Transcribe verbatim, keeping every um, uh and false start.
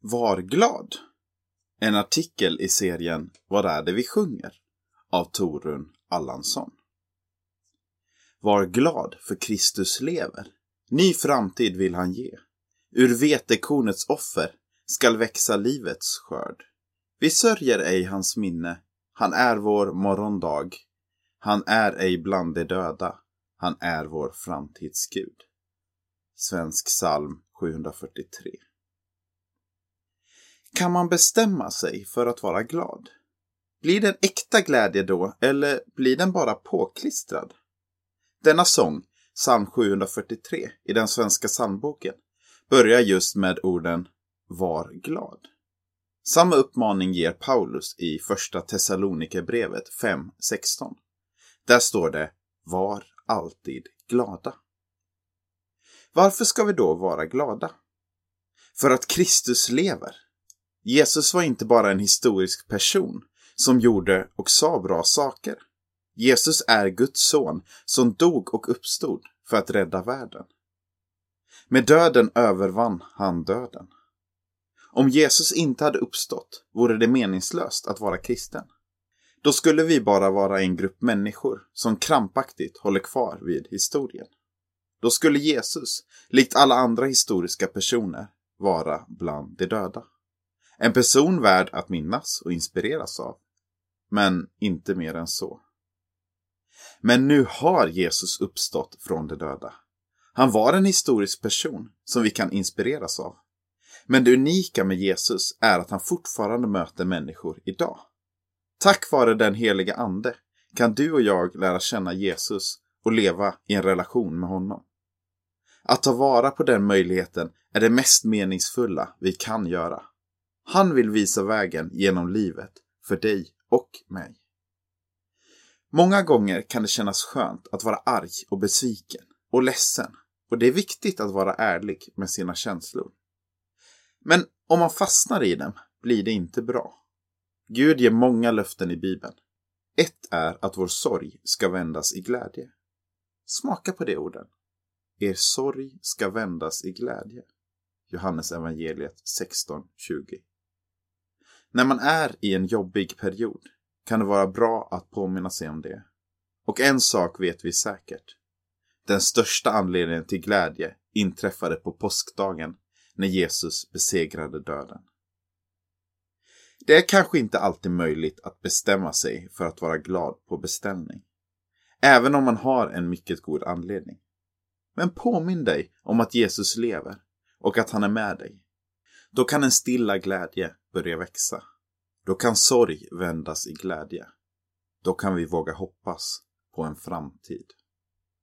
Var glad. En artikel i serien Vad är det vi sjunger? Av Torun Allansson. Var glad, för Kristus lever. Ny framtid vill han ge. Ur vetekornets offer skall växa livets skörd. Vi sörjer ej hans minne. Han är vår morgondag. Han är ej bland de döda. Han är vår framtidsgud. Svensk psalm sjuhundrafyrtiotre. Kan man bestämma sig för att vara glad? Blir det en äkta glädje då, eller blir den bara påklistrad? Denna sång, psalm sjuhundrafyrtiotre i den svenska psalmboken, börjar just med orden var glad. Samma uppmaning ger Paulus i första Thessalonikerbrevet fem sexton. Där står det var alltid glada. Varför ska vi då vara glada? För att Kristus lever. Jesus var inte bara en historisk person som gjorde och sa bra saker. Jesus är Guds son som dog och uppstod för att rädda världen. Med döden övervann han döden. Om Jesus inte hade uppstått vore det meningslöst att vara kristen. Då skulle vi bara vara en grupp människor som krampaktigt håller kvar vid historien. Då skulle Jesus, likt alla andra historiska personer, vara bland de döda. En person värd att minnas och inspireras av. Men inte mer än så. Men nu har Jesus uppstått från de döda. Han var en historisk person som vi kan inspireras av. Men det unika med Jesus är att han fortfarande möter människor idag. Tack vare den heliga ande kan du och jag lära känna Jesus och leva i en relation med honom. Att ta vara på den möjligheten är det mest meningsfulla vi kan göra. Han vill visa vägen genom livet för dig och mig. Många gånger kan det kännas skönt att vara arg och besviken och ledsen. Och det är viktigt att vara ärlig med sina känslor. Men om man fastnar i dem blir det inte bra. Gud ger många löften i Bibeln. Ett är att vår sorg ska vändas i glädje. Smaka på det orden. Er sorg ska vändas i glädje. Johannes evangeliet sexton tjugo. När man är i en jobbig period kan det vara bra att påminna sig om det. Och en sak vet vi säkert. Den största anledningen till glädje inträffade på påskdagen när Jesus besegrade döden. Det är kanske inte alltid möjligt att bestämma sig för att vara glad på beställning. Även om man har en mycket god anledning. Men påminn dig om att Jesus lever och att han är med dig. Då kan en stilla glädje börja växa. Då kan sorg vändas i glädje. Då kan vi våga hoppas på en framtid.